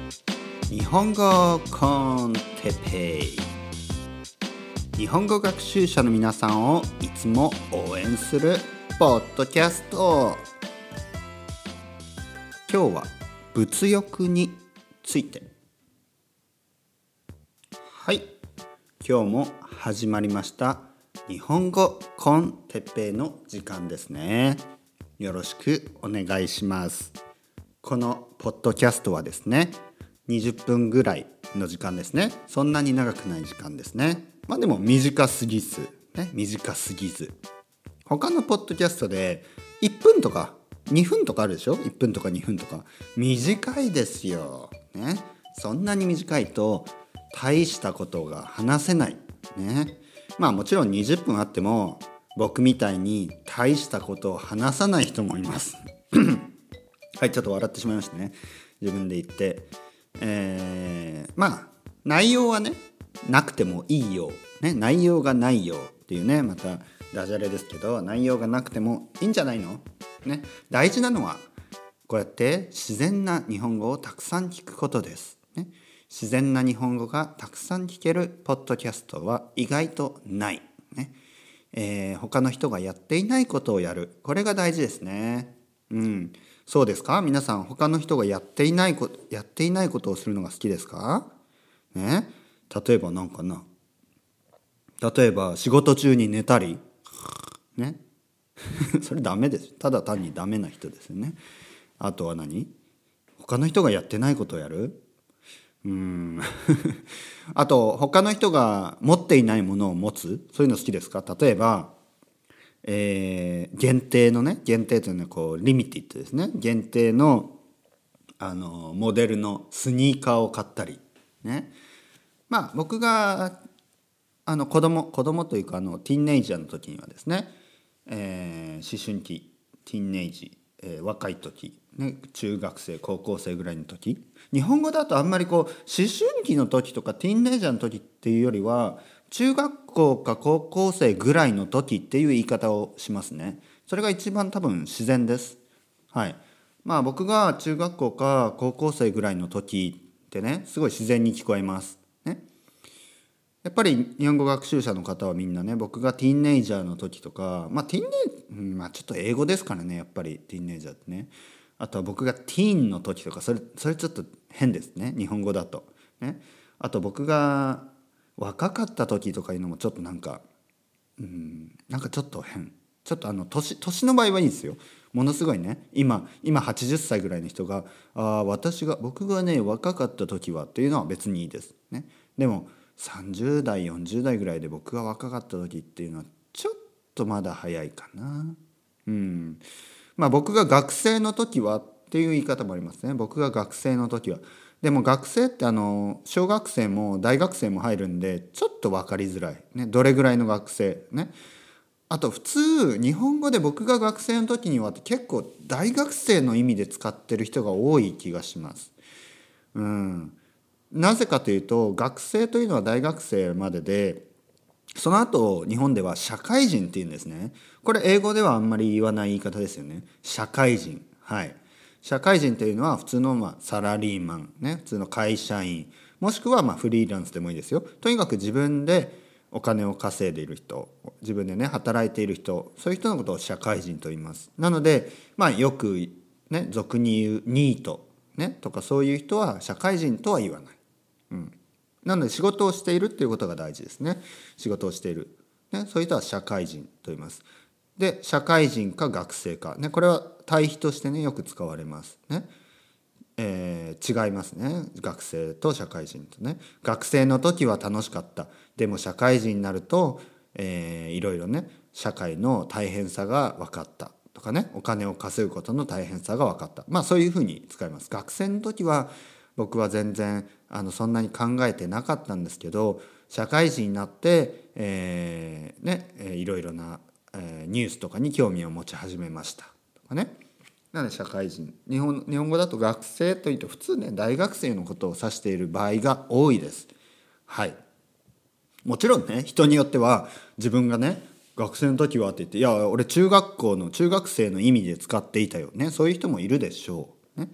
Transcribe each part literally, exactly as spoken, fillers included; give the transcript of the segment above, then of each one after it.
日本語コンテペイ。日本語学習者の皆さんをいつも応援するポッドキャスト。今日は物欲について。はい、今日も始まりました日本語コンテペイの時間ですね。よろしくお願いします。このポッドキャストはですね、にじゅっぷんぐらいの時間ですね。そんなに長くない時間ですね。まあでも短すぎず、ね、短すぎず。他のポッドキャストでいっぷんとかにふんとかあるでしょ。いっぷんとかにふんとか。短いですよ。ね。そんなに短いと大したことが話せない。ね。まあもちろんにじゅっぷんあっても僕みたいに大したことを話さない人もいます。はい、ちょっと笑ってしまいましたね。自分で言って。えー、まあ内容はねなくてもいいよ、ね、内容がないよっていうね、またダジャレですけど、内容がなくてもいいんじゃないの、ね、大事なのはこうやって自然な日本語をたくさん聞くことです、ね、自然な日本語がたくさん聞けるポッドキャストは意外とない、ねえー、他の人がやっていないことをやる、これが大事ですね。うん、そうですか。皆さん他の人がやっていないことやっていないことをするのが好きですか？ね、例えばなんかな。例えば仕事中に寝たり、ね、それダメです。ただ単にダメな人ですよね。あとは何？他の人がやってないことをやる？うーん。あと他の人が持っていないものを持つ？そういうの好きですか？例えば。えー、限定のね、限定というのはこうリミティッドですね。限定のあのモデルのスニーカーを買ったりね。まあ僕があの子供子供というかあのティーンエイジャーの時にはですね、えー、思春期ティーンエイジ、えー、若い時ね、中学生高校生ぐらいの時、日本語だとあんまりこう思春期の時とかティーンエイジャーの時っていうよりは中学校か高校生ぐらいの時っていう言い方をしますね。それが一番多分自然です。はい。まあ僕が中学校か高校生ぐらいの時ってね、すごい自然に聞こえます。ね。やっぱり日本語学習者の方はみんなね、僕がティーンエイジャーの時とか、まあティーンエイ、うん、まあちょっと英語ですからね、やっぱりティーンエイジャーってね。あとは僕がティーンの時とか、それそれちょっと変ですね、日本語だと。ね。あと僕が若かった時とかいうのもちょっとなんか、うん、なんかちょっと変。ちょっとあの年年の場合はいいですよ。ものすごいね、今今はちじゅっさいぐらいの人が、あ私が僕がね若かった時はっていうのは別にいいですね。でもさんじゅう代よんじゅう代ぐらいで僕が若かった時っていうのはちょっとまだ早いかな。うん。まあ僕が学生の時はっていう言い方もありますね。僕が学生の時は。でも学生ってあの小学生も大学生も入るんでちょっと分かりづらい、ね、どれぐらいの学生ね。あと普通日本語で僕が学生の時には結構大学生の意味で使ってる人が多い気がします。うん、なぜかというと学生というのは大学生までで、その後日本では社会人っていうんですね。これ英語ではあんまり言わない言い方ですよね。社会人。はい。社会人というのは普通のまあサラリーマン、ね、普通の会社員、もしくはまあフリーランスでもいいですよ。とにかく自分でお金を稼いでいる人、自分でね働いている人、そういう人のことを社会人と言います。なので、まあ、よくね俗に言うニート、ね、とかそういう人は社会人とは言わない。うん、なので仕事をしているっていうことが大事ですね。仕事をしている、ね、そういう人は社会人と言います。で社会人か学生か、ね、これは対比としてねよく使われますね。えー、違いますね。学生と社会人とね。学生の時は楽しかった。でも社会人になると、えー、いろいろね社会の大変さが分かったとかね、お金を稼ぐことの大変さが分かった。まあそういうふうに使います。学生の時は僕は全然あのそんなに考えてなかったんですけど、社会人になって、えーね、いろいろな、えー、ニュースとかに興味を持ち始めましたとかね。なので社会人、日本、日本語だと学生というと普通ね大学生のことを指している場合が多いです。はい。もちろんね人によっては自分がね学生の時はって言って、いや俺中学校の中学生の意味で使っていたよね、そういう人もいるでしょうね。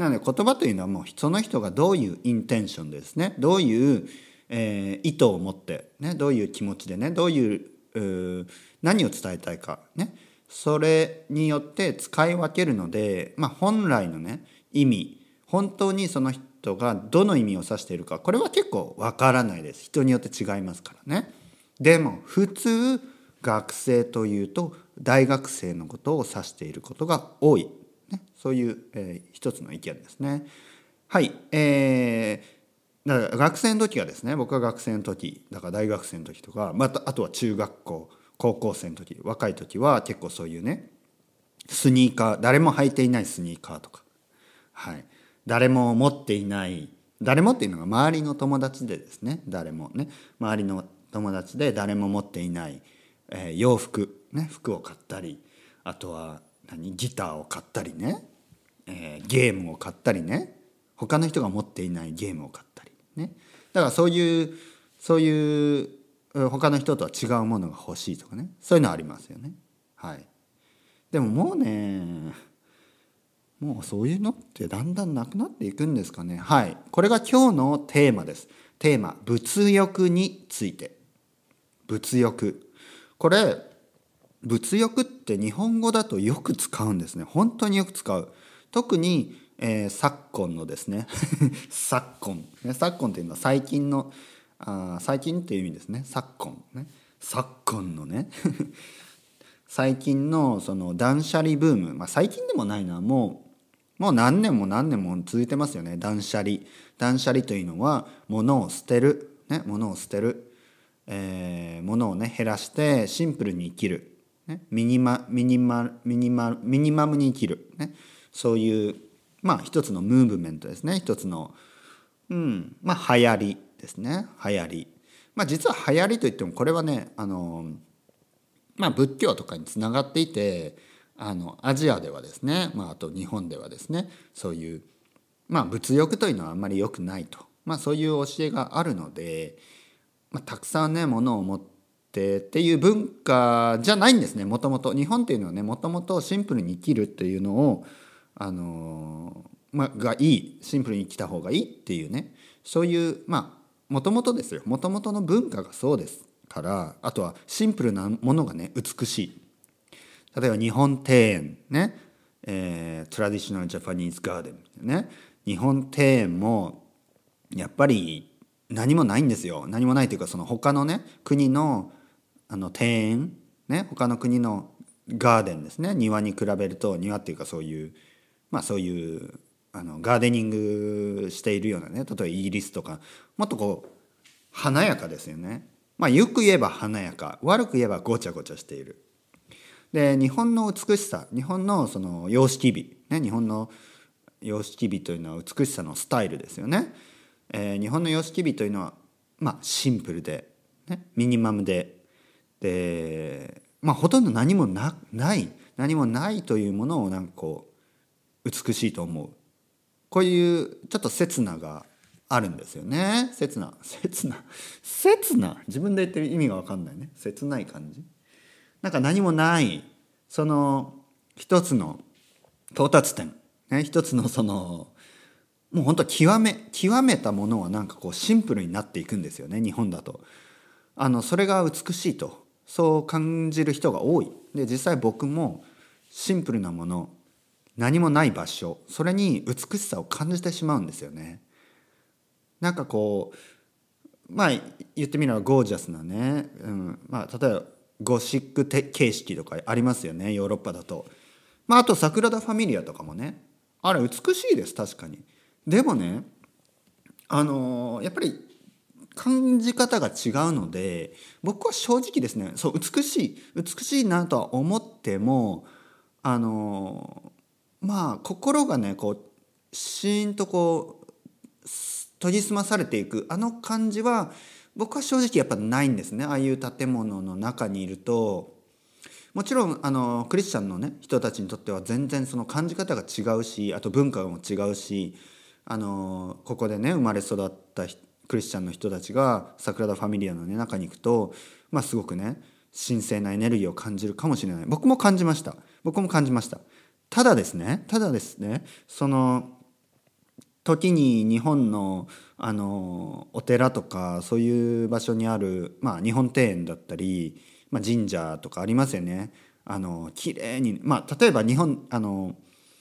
なので言葉というのはもうその人がどういうインテンションでですね、どういう、えー、意図を持って、ね、どういう気持ちでね、どういう、う何を伝えたいかね、それによって使い分けるので、まあ、本来のね意味、本当にその人がどの意味を指しているか、これは結構わからないです。人によって違いますからね。でも普通学生というと大学生のことを指していることが多い、ね、そういう、えー、一つの意見ですね。はい、えー、だから学生の時はですね、僕は学生の時だから大学生の時とか、またあとは中学校高校生の時、若い時は結構そういうねスニーカー、誰も履いていないスニーカーとか、はい、誰も持っていない、誰もっていうのが周りの友達でですね、誰もね周りの友達で誰も持っていない、えー、洋服ね、服を買ったり、あとは何ギターを買ったりね、えー、ゲームを買ったりね、他の人が持っていないゲームを買ったりね、だからそういうそういう他の人とは違うものが欲しいとかね、そういうのありますよね。はい。でももうね、もうそういうのってだんだんなくなっていくんですかね。はい。これが今日のテーマです。テーマ、物欲について。物欲。これ、物欲って日本語だとよく使うんですね。本当によく使う。特に、えー、昨今のですね。昨今。昨今っていうのは最近の、あ最近っていう意味ですね。昨今。ね、昨今のね。最近のその断捨離ブーム。まあ最近でもないな。もう、もう何年も何年も続いてますよね。断捨離。断捨離というのは、物を捨てる。ね、物を捨てる。えー、物をね減らしてシンプルに生きる、ね、ミニマミニマミニマミニマムに生きる、ね、そういうまあ一つのムーブメントですね。一つの、うんまあ、流行りですね。流行り、まあ、実は流行りといってもこれはねあの、まあ、仏教とかにつながっていて、あのアジアではですね、まあ、あと日本ではですね、そういう、まあ、物欲というのはあんまり良くないと、まあ、そういう教えがあるので、まあ、たくさんね物を持ってっていう文化じゃないんですね。もともと日本っていうのはね、もともとシンプルに生きるっていうのをあのー、まあがいい、シンプルに生きた方がいいっていうね、そういうまあもともとですよ、もともとの文化がそうですから。あとはシンプルなものがね美しい。例えば日本庭園ね、えー、トラディショナルジャパニーズガーデンね、日本庭園もやっぱり何もないんですよ。何もないというか、その他のね国のあの庭園ね、他の国のガーデンですね、庭に比べると、庭っていうかそういうまあそういうあのガーデニングしているようなね、例えばイギリスとかもっとこう華やかですよね。まあよく言えば華やか、悪く言えばごちゃごちゃしている。で日本の美しさ、日本のその様式美、ね、日本の様式美というのは美しさのスタイルですよね。えー、日本の様式美というのは、まあ、シンプルで、ね、ミニマムで、で、まあ、ほとんど何もなない何もないというものをなんかこう美しいと思う。こういうちょっと刹那があるんですよね。刹那刹那刹那自分で言ってる意味が分かんないね。切ない感じ、なんか何もないその一つの到達点、ね、一つのそのもう本当極め極めたものはなんかこうシンプルになっていくんですよね。日本だとあのそれが美しいとそう感じる人が多い。で実際僕もシンプルなもの、何もない場所、それに美しさを感じてしまうんですよね。なんかこうまあ言ってみればゴージャスなね、うん、まあ例えばゴシック形式とかありますよね、ヨーロッパだと。まああとサグラダ・ファミリアとかもね、あれ美しいです確かに。でもね、あのーやっぱり感じ方が違うので、僕は正直ですね、そう美しい美しいなとは思っても、あのーまあ心がねこうシーンとこう研ぎ澄まされていくあの感じは僕は正直やっぱないんですね。ああいう建物の中にいると、もちろんあのクリスチャンの、ね、人たちにとっては全然その感じ方が違うし、あと文化も違うし、あのここでね生まれ育ったクリスチャンの人たちがサグラダ・ファミリアの、ね、中に行くと、まあ、すごくね神聖なエネルギーを感じるかもしれない。僕も感じました僕も感じました。ただですねただですねその時に日本の、あのお寺とかそういう場所にある、まあ、日本庭園だったり、まあ、神社とかありますよね。あの綺麗に、まあ、例えば日本あの、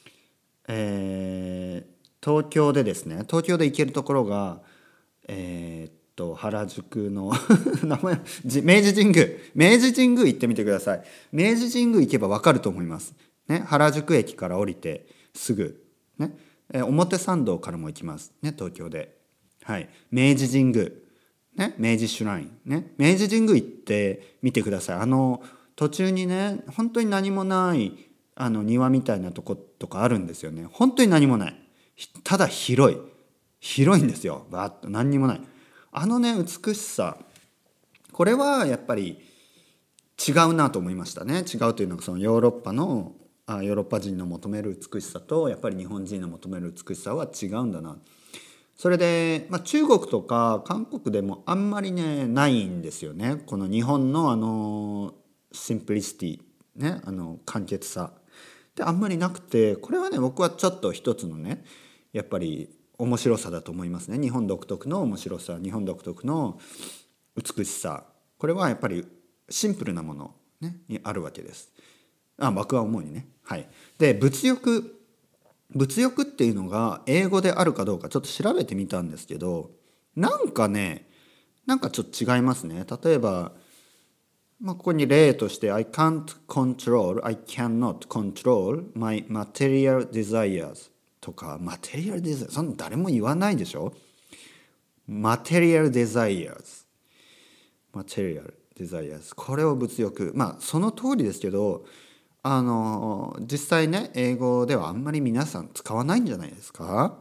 えー東京でですね東京で行けるところが、えーっと原宿の名前じ明治神宮明治神宮行ってみてください。明治神宮行けば分かると思います、ね、原宿駅から降りてすぐ、ねえー表参道からも行きますね、東京で。はい、明治神宮、ね、明治シュライン、ね、明治神宮行ってみてください。あの途中にね本当に何もないあの庭みたいなとことかあるんですよね。本当に何もない、ただ広い広いんですよ。バーッと何にもないあのね美しさ、これはやっぱり違うなと思いましたね。違うというのはそのヨーロッパのあヨーロッパ人の求める美しさとやっぱり日本人の求める美しさは違うんだな。それで、まあ、中国とか韓国でもあんまりねないんですよね、この日本のあのシンプリシティ、ね、あの簡潔さであんまりなくて、これはね僕はちょっと一つのねやっぱり面白さだと思いますね。日本独特の面白さ、日本独特の美しさ、これはやっぱりシンプルなもの、ね、にあるわけです。あ僕は思うにね。はい、で物欲物欲っていうのが英語であるかどうかちょっと調べてみたんですけど、なんかねなんかちょっと違いますね。例えば、まあ、ここに例として I can't control, I cannot control my material desires とか material desires そんな誰も言わないでしょ。 material desires material desires これを物欲、まあその通りですけど、あの実際ね英語ではあんまり皆さん使わないんじゃないですか。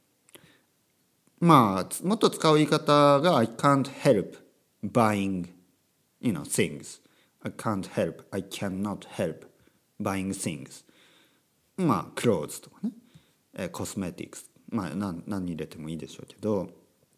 まあもっと使う言い方が I can't help buying you know things, I can't help I cannot help buying things、 まあ clothes とかね、え cosmetics、 まあ何何入れてもいいでしょうけど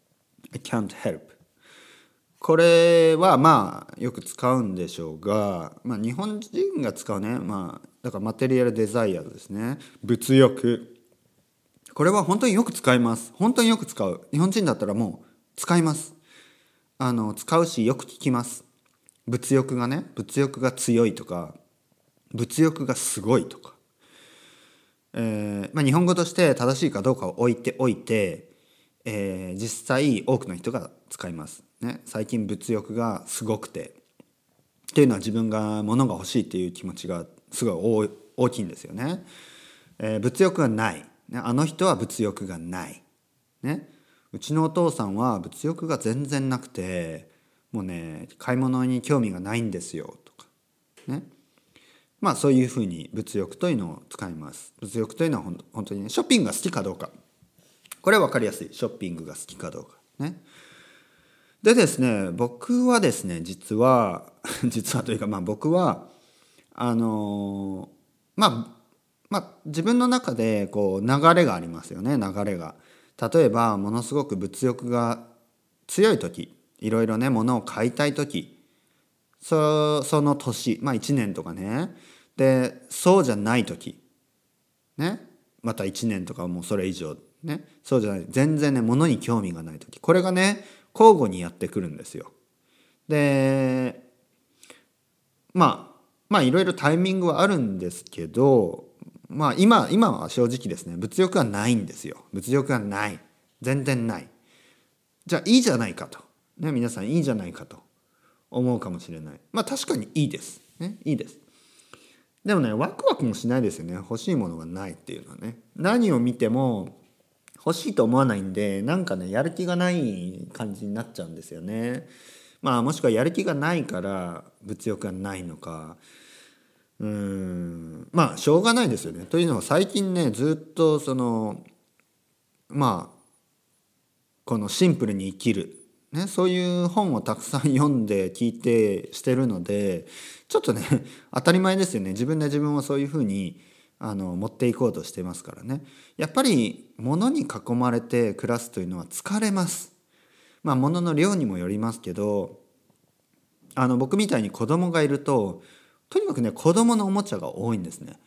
I can't help、 これはまあよく使うんでしょうが、まあ、日本人が使うね、まあだからマテリアルデザイアですね、物欲、これは本当によく使います。本当によく使う。日本人だったらもう使います。あの使うしよく聞きます。物欲がね物欲が強いとか物欲がすごいとか、えーまあ、日本語として正しいかどうかを置いておいて、えー、実際多くの人が使います、ね、最近物欲がすごくてっていうのは自分が物が欲しいっていう気持ちがすごい大きいんですよね、えー、物欲がない、ね、あの人は物欲がない、ね、うちのお父さんは物欲が全然なくてもうね買い物に興味がないんですよとかね、まあそういうふうに物欲というのを使います。物欲というのはほん本当にねショッピングが好きかどうか、これは分かりやすい。ショッピングが好きかどうかね。でですね僕はですね実は実はというかまあ僕はあのまあまあ自分の中でこう流れがありますよね。流れが例えばものすごく物欲が強い時、いろいろね物を買いたい時、そその年まあいちねんとかね、でそうじゃない時ね、またいちねんとかもうそれ以上ね、そうじゃない全然ね物に興味がない時、これがね交互にやってくるんですよ。でまあまあいろいろタイミングはあるんですけど、まあ今今は正直ですね物欲はないんですよ。物欲がない、全然ない。じゃあいいじゃないかと、ね、皆さんいいじゃないかと思うかもしれない。まあ確かにいいです、ね、いいです。でもねワクワクもしないですよね。欲しいものがないっていうのはね、何を見ても欲しいと思わないんで、なんかねやる気がない感じになっちゃうんですよね。まあもしくはやる気がないから物欲がないのか、うーんまあしょうがないですよね。というのは最近ねずっとそのまあこのシンプルに生きる、ね、そういう本をたくさん読んで聞いてしてるので、ちょっとね当たり前ですよね。自分で自分をそういうふうにあの持っていこうとしてますからね。やっぱり物に囲まれて暮らすというのは疲れます。まあ物の量にもよりますけど、あの僕みたいに子供がいるととにかくね子供のおもちゃが多いんですね。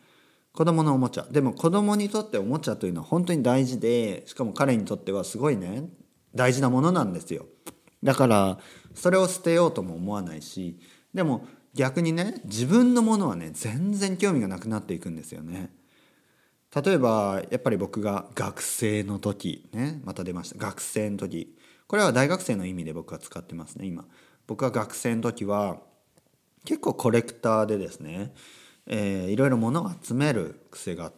子供のおもちゃ。でも子供にとっておもちゃというのは本当に大事で、しかも彼にとってはすごいね大事なものなんですよ。だからそれを捨てようとも思わないし、でも逆にね自分のものはね全然興味がなくなっていくんですよね。例えばやっぱり僕が学生の時ね、また出ました、学生の時、これは大学生の意味で僕は使ってますね今。僕は学生の時は結構コレクターでですね、えー、いろいろ物を集める癖があって、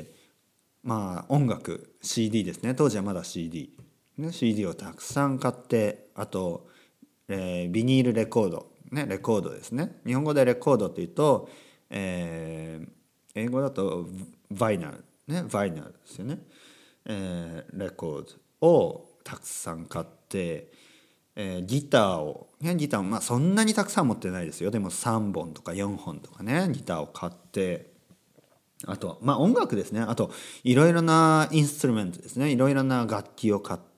まあ音楽 シーディー ですね、当時はまだ シーディー、ね、シーディー をたくさん買って、あと、えー、ビニールレコード、ね、レコードですね。日本語でレコードっていうと、えー、英語だとバイナル、ね、バイナルですよね、えー、レコードをたくさん買って、えー、ギターを、ね、ギターもまあそんなにたくさん持ってないですよ。でもさんぼんとかよんほんとかねギターを買って、あとまあ音楽ですね、あといろいろなインストゥルメントですね、いろいろな楽器を買って、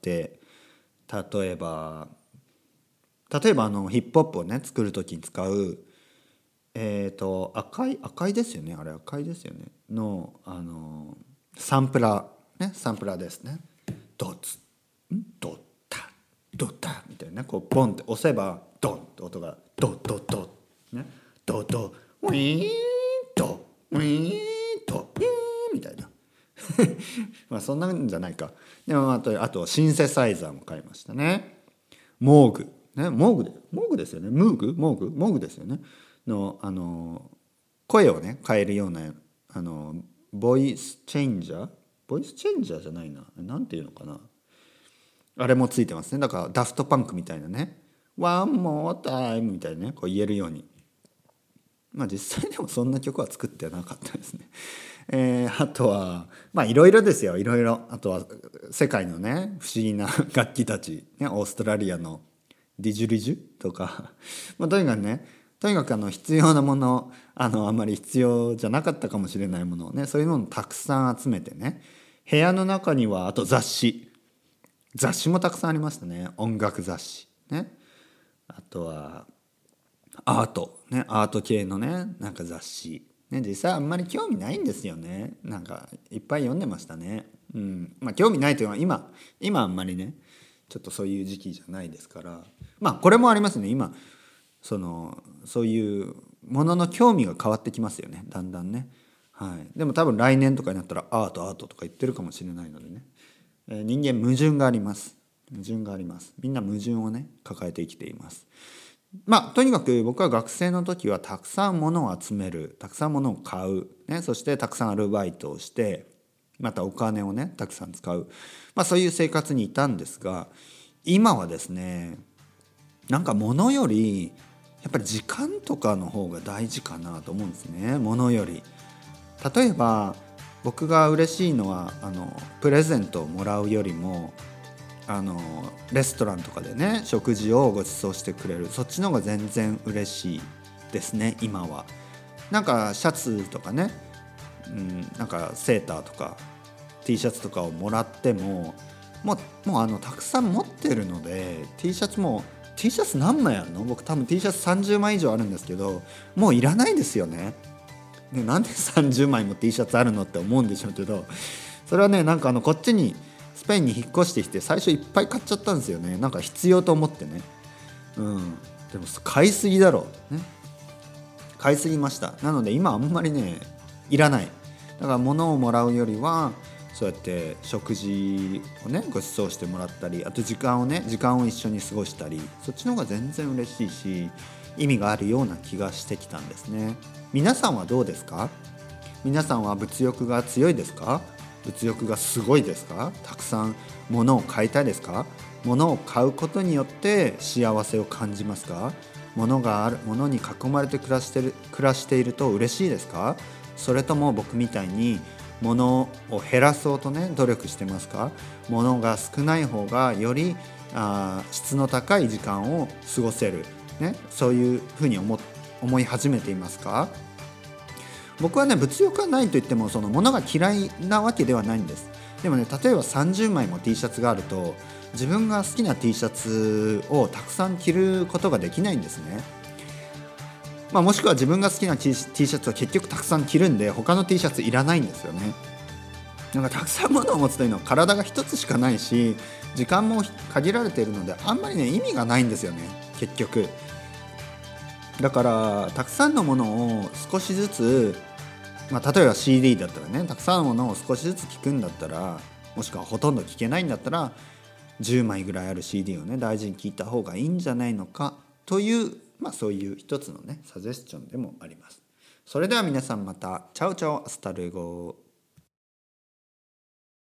例えば例えばあのヒップホップをね作る時に使うえっと赤い赤いですよね、あれ赤いですよねのあのサンプラーね、サンプラーですね。ドツんドタドタみたいな、こうボンって押せばドンって音がドドドね、ドドウィーンドウィーンドウィーンみたいなまあそんなんじゃないか。でもあとあとシンセサイザーも買いましたね。モーグね、モーグでモーグですよね、ムーグモーグモーグですよねのあの声をね変えるようなあのボイスチェンジャーボイスチェンジャーじゃないな、なんていうのかな、あれもついてますね。だからダフトパンクみたいなね、ワンモータイムみたいなねこう言えるように。まあ実際でもそんな曲は作ってはなかったですね。えー、あとはまあいろいろですよ、いろいろ。あとは世界のね不思議な楽器たち、ね、オーストラリアのディジュリジュとかまあとにかくね、とにかくあの必要なもの、あのあんまり必要じゃなかったかもしれないものをね、そういうものをたくさん集めてね、部屋の中にはあと雑誌雑誌もたくさんありましたね。音楽雑誌ね、あとはアートね、アート系のねなんか雑誌ね、実際あんまり興味ないんですよね。なんかいっぱい読んでましたね。うん、まあ興味ないというのは今今あんまりねちょっとそういう時期じゃないですから、まあこれもありますね。今そのそういうものの興味が変わってきますよね、だんだんね。はい、でも多分来年とかになったらアートアートとか言ってるかもしれないのでね、えー、人間矛盾があります矛盾がありますみんな矛盾をね抱えて生きています。まあとにかく僕は学生の時はたくさん物を集める、たくさん物を買う、ね、そしてたくさんアルバイトをして、またお金をねたくさん使う、まあそういう生活にいたんですが、今はですねなんか物よりやっぱり時間とかの方が大事かなと思うんですね。物より例えば僕が嬉しいのはあのプレゼントをもらうよりもあのレストランとかでね食事をご馳走してくれる、そっちの方が全然嬉しいですね今は。なんかシャツとかね、うん、なんかセーターとか T シャツとかをもらってももう、もうあのたくさん持ってるので T シャツも T シャツ何枚あるの？僕多分 T シャツさんじゅうまい以上あるんですけど、もういらないですよね。ね、なんでさんじゅうまいも T シャツあるのって思うんでしょうけど、それはねなんかあのこっちにスペインに引っ越してきて最初いっぱい買っちゃったんですよね。なんか必要と思ってね、うん、でも買いすぎだろう、ね、買いすぎました。なので今あんまりねいらない。だから物をもらうよりはそうやって食事をねご馳走してもらったり、あと時間をね時間を一緒に過ごしたり、そっちの方が全然嬉しいし意味があるような気がしてきたんですね。皆さんはどうですか？皆さんは物欲が強いですか？物欲がすごいですか？たくさん物を買いたいですか？物を買うことによって幸せを感じますか？物がある、物に囲まれて暮らしてる、暮らしていると嬉しいですか？それとも僕みたいに物を減らそうとね努力してますか？物が少ない方がよりあ質の高い時間を過ごせる、ね、そういうふうに 思, 思い始めていますか？僕はね物欲がないといってもその物が嫌いなわけではないんです。でもね例えばさんじゅうまいも T シャツがあると自分が好きな T シャツをたくさん着ることができないんですね。 まあ、もしくは自分が好きな T, T シャツを結局たくさん着るんで他の T シャツいらないんですよね。なんかたくさん物を持つというのは体が一つしかないし時間も限られているのであんまりね意味がないんですよね結局。だからたくさんのものを少しずつ、まあ、例えば シーディー だったらねたくさんのものを少しずつ聞くんだったらもしくはほとんど聞けないんだったらじゅうまいぐらいある シーディー をね大事に聞いた方がいいんじゃないのかという、まあ、そういう一つのねサジェスチョンでもあります。それでは皆さんまたチャウチャウアスタルエゴ。